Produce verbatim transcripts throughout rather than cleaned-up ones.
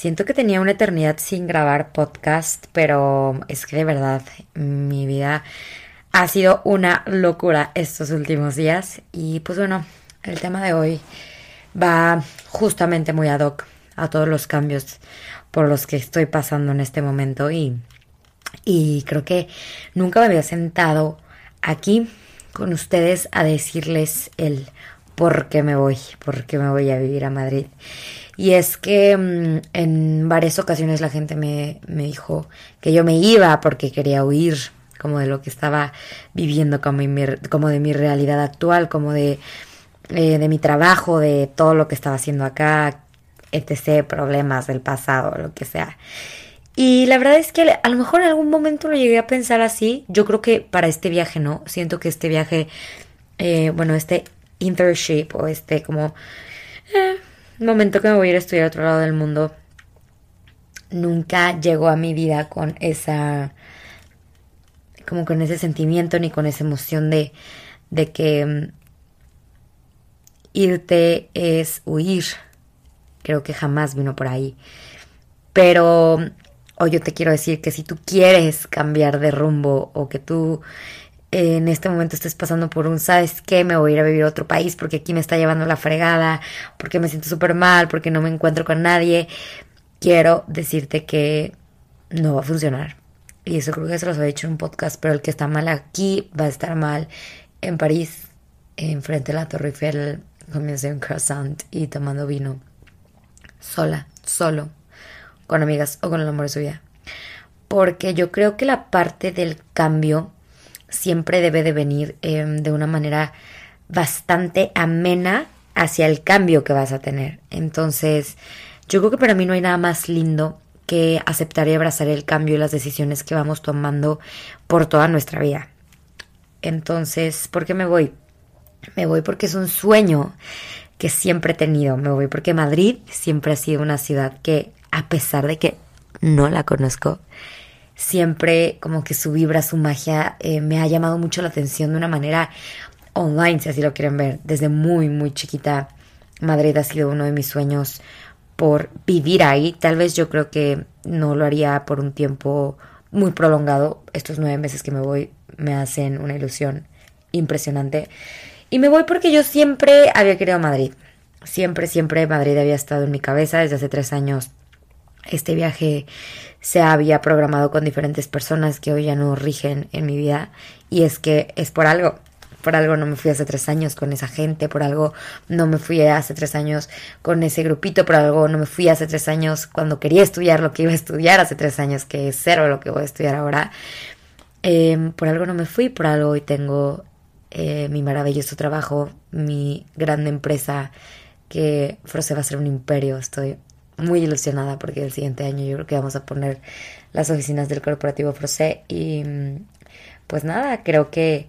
Siento que tenía una eternidad sin grabar podcast, pero es que de verdad mi vida ha sido una locura estos últimos días. Y pues bueno, el tema de hoy va justamente muy ad hoc a todos los cambios por los que estoy pasando en este momento. Y, y creo que nunca me había sentado aquí con ustedes a decirles el por qué me voy, por qué me voy a vivir a Madrid. Y es que mmm, en varias ocasiones la gente me, me dijo que yo me iba porque quería huir como de lo que estaba viviendo, como, mi, como de mi realidad actual, como de, eh, de mi trabajo, de todo lo que estaba haciendo acá, etcétera, problemas del pasado, lo que sea. Y la verdad es que a lo mejor en algún momento lo llegué a pensar así. Yo creo que para este viaje no. Siento que este viaje, eh, bueno, este internship o este como... Eh, momento que me voy a ir a estudiar a otro lado del mundo, nunca llegó a mi vida con esa, como con ese sentimiento ni con esa emoción de, de que um, irte es huir. Creo que jamás vino por ahí. Pero hoy yo te quiero decir que si tú quieres cambiar de rumbo o que tú en este momento estés pasando por un, ¿sabes qué? Me voy a ir a vivir a otro país porque aquí me está llevando la fregada, porque me siento súper mal, porque no me encuentro con nadie. Quiero decirte que no va a funcionar. Y eso creo que se los había dicho en un podcast, pero el que está mal aquí va a estar mal en París, enfrente de la Torre Eiffel, comiéndose un croissant y tomando vino. Sola, solo, con amigas o con el amor de su vida. Porque yo creo que la parte del cambio siempre debe de venir eh, de una manera bastante amena hacia el cambio que vas a tener. Entonces, yo creo que para mí no hay nada más lindo que aceptar y abrazar el cambio y las decisiones que vamos tomando por toda nuestra vida. Entonces, ¿por qué me voy? Me voy porque es un sueño que siempre he tenido. Me voy porque Madrid siempre ha sido una ciudad que, a pesar de que no la conozco, siempre como que su vibra, su magia eh, me ha llamado mucho la atención de una manera online, si así lo quieren ver. Desde muy, muy chiquita, Madrid ha sido uno de mis sueños por vivir ahí. Tal vez yo creo que no lo haría por un tiempo muy prolongado. Estos nueve meses que me voy me hacen una ilusión impresionante. Y me voy porque yo siempre había querido Madrid. Siempre, siempre Madrid había estado en mi cabeza desde hace tres años. Este viaje se había programado con diferentes personas que hoy ya no rigen en mi vida. Y es que es por algo. Por algo no me fui hace tres años con esa gente. Por algo no me fui hace tres años con ese grupito. Por algo no me fui hace tres años cuando quería estudiar lo que iba a estudiar hace tres años. Que es cero lo que voy a estudiar ahora. Eh, por algo no me fui. Por algo hoy tengo eh, mi maravilloso trabajo. Mi grande empresa. Que Frose va a ser un imperio. Estoy muy ilusionada porque el siguiente año yo creo que vamos a poner las oficinas del corporativo Frose y pues nada, creo que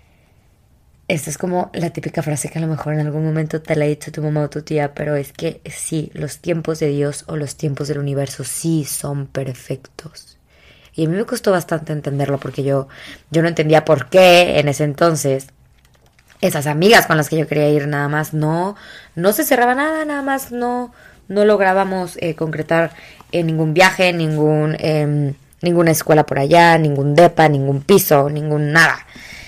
esta es como la típica frase que a lo mejor en algún momento te la he dicho tu mamá o tu tía, pero es que sí, los tiempos de Dios o los tiempos del universo sí son perfectos. Y a mí me costó bastante entenderlo porque yo, yo no entendía por qué en ese entonces esas amigas con las que yo quería ir nada más no, no se cerraba nada, nada más no No lográbamos eh, concretar eh, ningún viaje, ningún, eh, ninguna escuela por allá, ningún depa, ningún piso, ningún nada.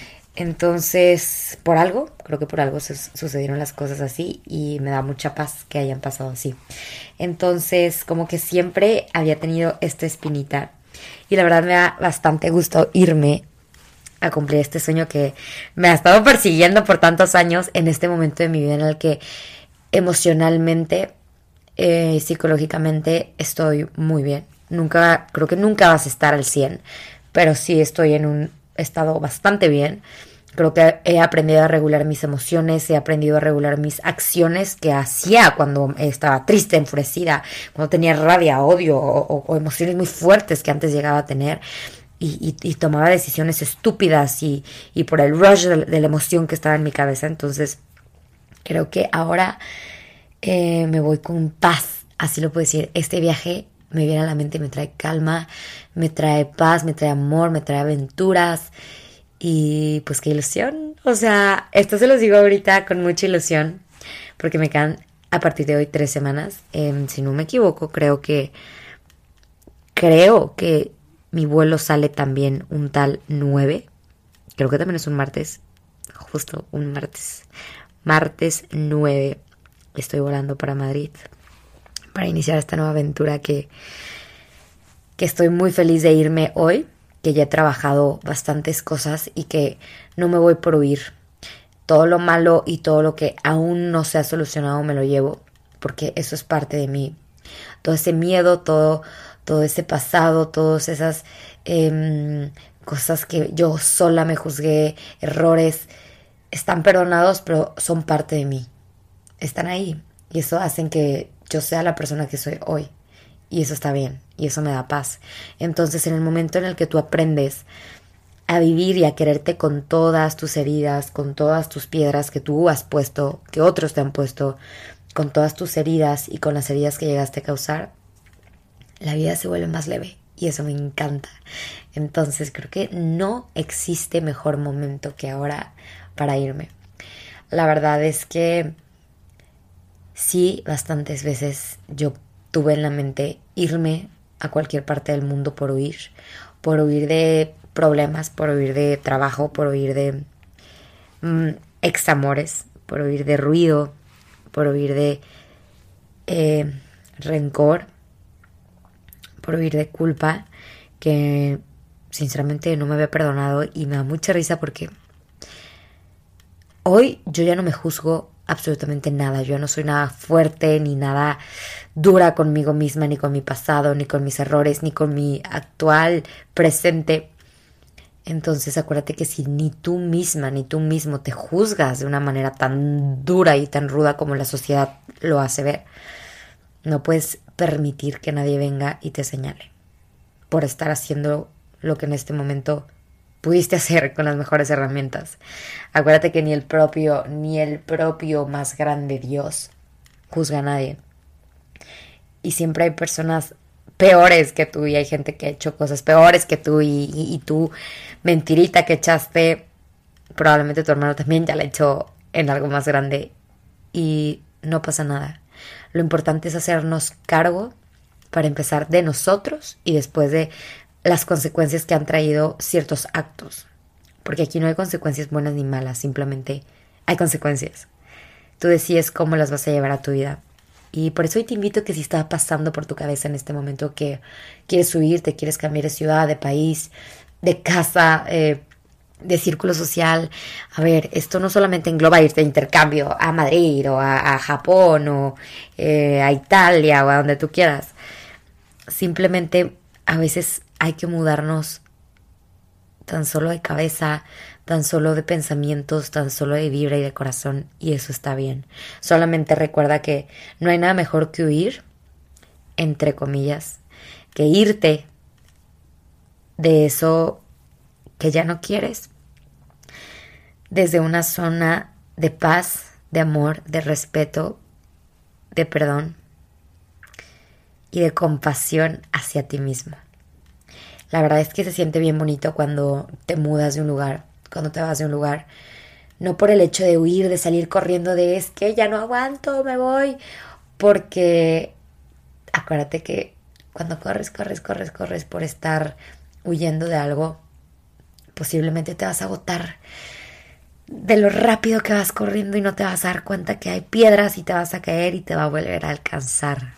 Entonces, por algo, creo que por algo se sucedieron las cosas así y me da mucha paz que hayan pasado así. Entonces, como que siempre había tenido esta espinita y la verdad me da bastante gusto irme a cumplir este sueño que me ha estado persiguiendo por tantos años en este momento de mi vida en el que emocionalmente... Eh, psicológicamente estoy muy bien. Nunca, creo que nunca vas a estar al cien, pero sí estoy en un estado bastante bien. Creo que he aprendido a regular mis emociones, he aprendido a regular mis acciones que hacía cuando estaba triste, enfurecida, cuando tenía rabia, odio o, o emociones muy fuertes que antes llegaba a tener. Y, y, y tomaba decisiones estúpidas y, y por el rush de, de la emoción que estaba en mi cabeza. Entonces creo que ahora Eh, me voy con paz, así lo puedo decir. Este viaje me viene a la mente, me trae calma, me trae paz, me trae amor, me trae aventuras y pues qué ilusión. O sea, esto se los digo ahorita con mucha ilusión porque me quedan a partir de hoy tres semanas. Eh, si no me equivoco, creo que creo que mi vuelo sale también un tal nueve. Creo que también es un martes. Justo un martes. Martes nueve. Estoy volando para Madrid para iniciar esta nueva aventura que, que estoy muy feliz de irme hoy, que ya he trabajado bastantes cosas y que no me voy por huir. Todo lo malo y todo lo que aún no se ha solucionado me lo llevo, porque eso es parte de mí. Todo ese miedo, todo, todo ese pasado, todas esas eh, cosas que yo sola me juzgué, errores, están perdonados, pero son parte de mí. Están ahí y eso hacen que yo sea la persona que soy hoy. Y eso está bien y eso me da paz. Entonces, en el momento en el que tú aprendes a vivir y a quererte con todas tus heridas, con todas tus piedras que tú has puesto, que otros te han puesto, con todas tus heridas y con las heridas que llegaste a causar, la vida se vuelve más leve y eso me encanta. Entonces creo que no existe mejor momento que ahora para irme. La verdad es que sí, bastantes veces yo tuve en la mente irme a cualquier parte del mundo por huir, por huir de problemas, por huir de trabajo, por huir de mm, examores, por huir de ruido, por huir de eh, rencor, por huir de culpa, que sinceramente no me había perdonado y me da mucha risa porque hoy yo ya no me juzgo absolutamente nada. Yo no soy nada fuerte ni nada dura conmigo misma, ni con mi pasado, ni con mis errores, ni con mi actual presente. Entonces acuérdate que si ni tú misma ni tú mismo te juzgas de una manera tan dura y tan ruda como la sociedad lo hace ver, no puedes permitir que nadie venga y te señale por estar haciendo lo que en este momento pudiste hacer con las mejores herramientas. Acuérdate que ni el propio, ni el propio más grande Dios juzga a nadie. Y siempre hay personas peores que tú y hay gente que ha hecho cosas peores que tú y, y, y tú, mentirita que echaste, probablemente tu hermano también ya la echó en algo más grande y no pasa nada. Lo importante es hacernos cargo para empezar de nosotros y después de las consecuencias que han traído ciertos actos. Porque aquí no hay consecuencias buenas ni malas, simplemente hay consecuencias. Tú decides cómo las vas a llevar a tu vida. Y por eso hoy te invito que si está pasando por tu cabeza en este momento que quieres huir, te quieres cambiar de ciudad, de país, de casa, eh, de círculo social. A ver, esto no solamente engloba irte de intercambio a Madrid o a, a Japón o eh, a Italia o a donde tú quieras. Simplemente a veces hay que mudarnos tan solo de cabeza, tan solo de pensamientos, tan solo de vibra y de corazón, y eso está bien. Solamente recuerda que no hay nada mejor que huir, entre comillas, que irte de eso que ya no quieres, desde una zona de paz, de amor, de respeto, de perdón y de compasión hacia ti mismo. La verdad es que se siente bien bonito cuando te mudas de un lugar, cuando te vas de un lugar. No por el hecho de huir, de salir corriendo, de es que ya no aguanto, me voy. Porque acuérdate que cuando corres, corres, corres, corres por estar huyendo de algo, posiblemente te vas a agotar de lo rápido que vas corriendo y no te vas a dar cuenta que hay piedras y te vas a caer y te va a volver a alcanzar.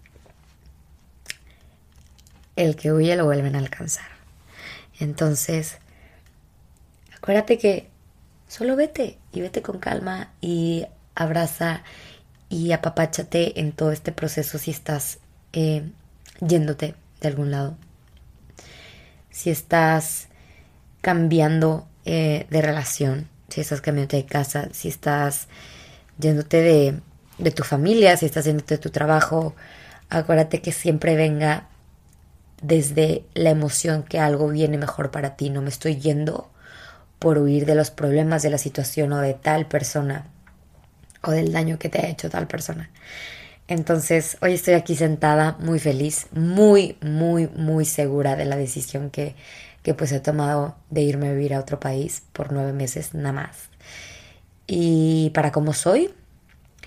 El que huye lo vuelven a alcanzar. Entonces, acuérdate que solo vete y vete con calma y abraza y apapáchate en todo este proceso si estás eh, yéndote de algún lado. Si estás cambiando eh, de relación, si estás cambiándote de casa, si estás yéndote de, de tu familia, si estás yéndote de tu trabajo, acuérdate que siempre venga desde la emoción que algo viene mejor para ti. No me estoy yendo por huir de los problemas de la situación o de tal persona o del daño que te ha hecho tal persona. Entonces, hoy estoy aquí sentada muy feliz, muy, muy, muy segura de la decisión que, que pues he tomado de irme a vivir a otro país por nueve meses nada más. Y para cómo soy,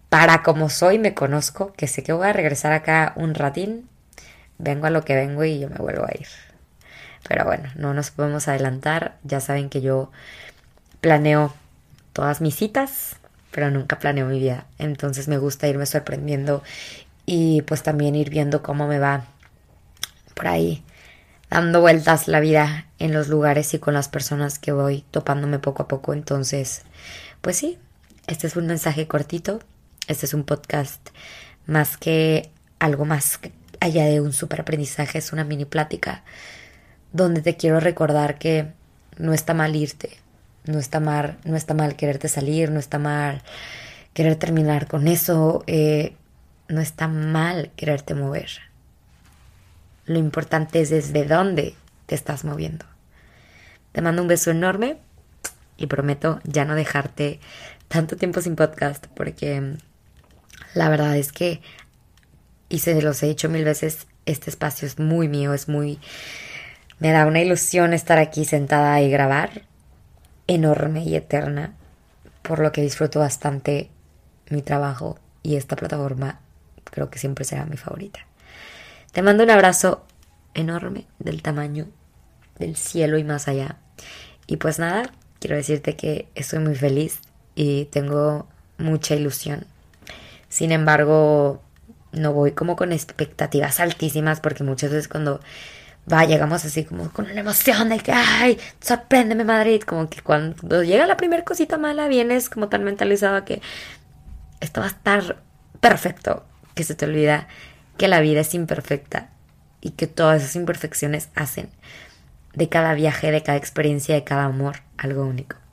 para como soy, me conozco, que sé que voy a regresar acá un ratín, vengo a lo que vengo y yo me vuelvo a ir. Pero bueno, no nos podemos adelantar. Ya saben que yo planeo todas mis citas, pero nunca planeo mi vida. Entonces me gusta irme sorprendiendo y pues también ir viendo cómo me va por ahí, dando vueltas la vida en los lugares y con las personas que voy topándome poco a poco. Entonces, pues sí, este es un mensaje cortito. Este es un podcast más que algo más allá de un super aprendizaje. Es una mini plática donde te quiero recordar que no está mal irte, no está mal, no está mal quererte salir, no está mal querer terminar con eso, eh, no está mal quererte mover. Lo importante es desde dónde te estás moviendo. Te mando un beso enorme y prometo ya no dejarte tanto tiempo sin podcast, porque la verdad es que, y se los he dicho mil veces, este espacio es muy mío, es muy... Me da una ilusión estar aquí sentada y grabar, enorme y eterna, por lo que disfruto bastante mi trabajo y esta plataforma creo que siempre será mi favorita. Te mando un abrazo enorme del tamaño del cielo y más allá. Y pues nada, quiero decirte que estoy muy feliz y tengo mucha ilusión. Sin embargo, no voy como con expectativas altísimas, porque muchas veces cuando va, llegamos así como con una emoción de que, ay, sorpréndeme Madrid, como que cuando llega la primera cosita mala vienes como tan mentalizado que esto va a estar perfecto, que se te olvida que la vida es imperfecta y que todas esas imperfecciones hacen de cada viaje, de cada experiencia, de cada amor algo único.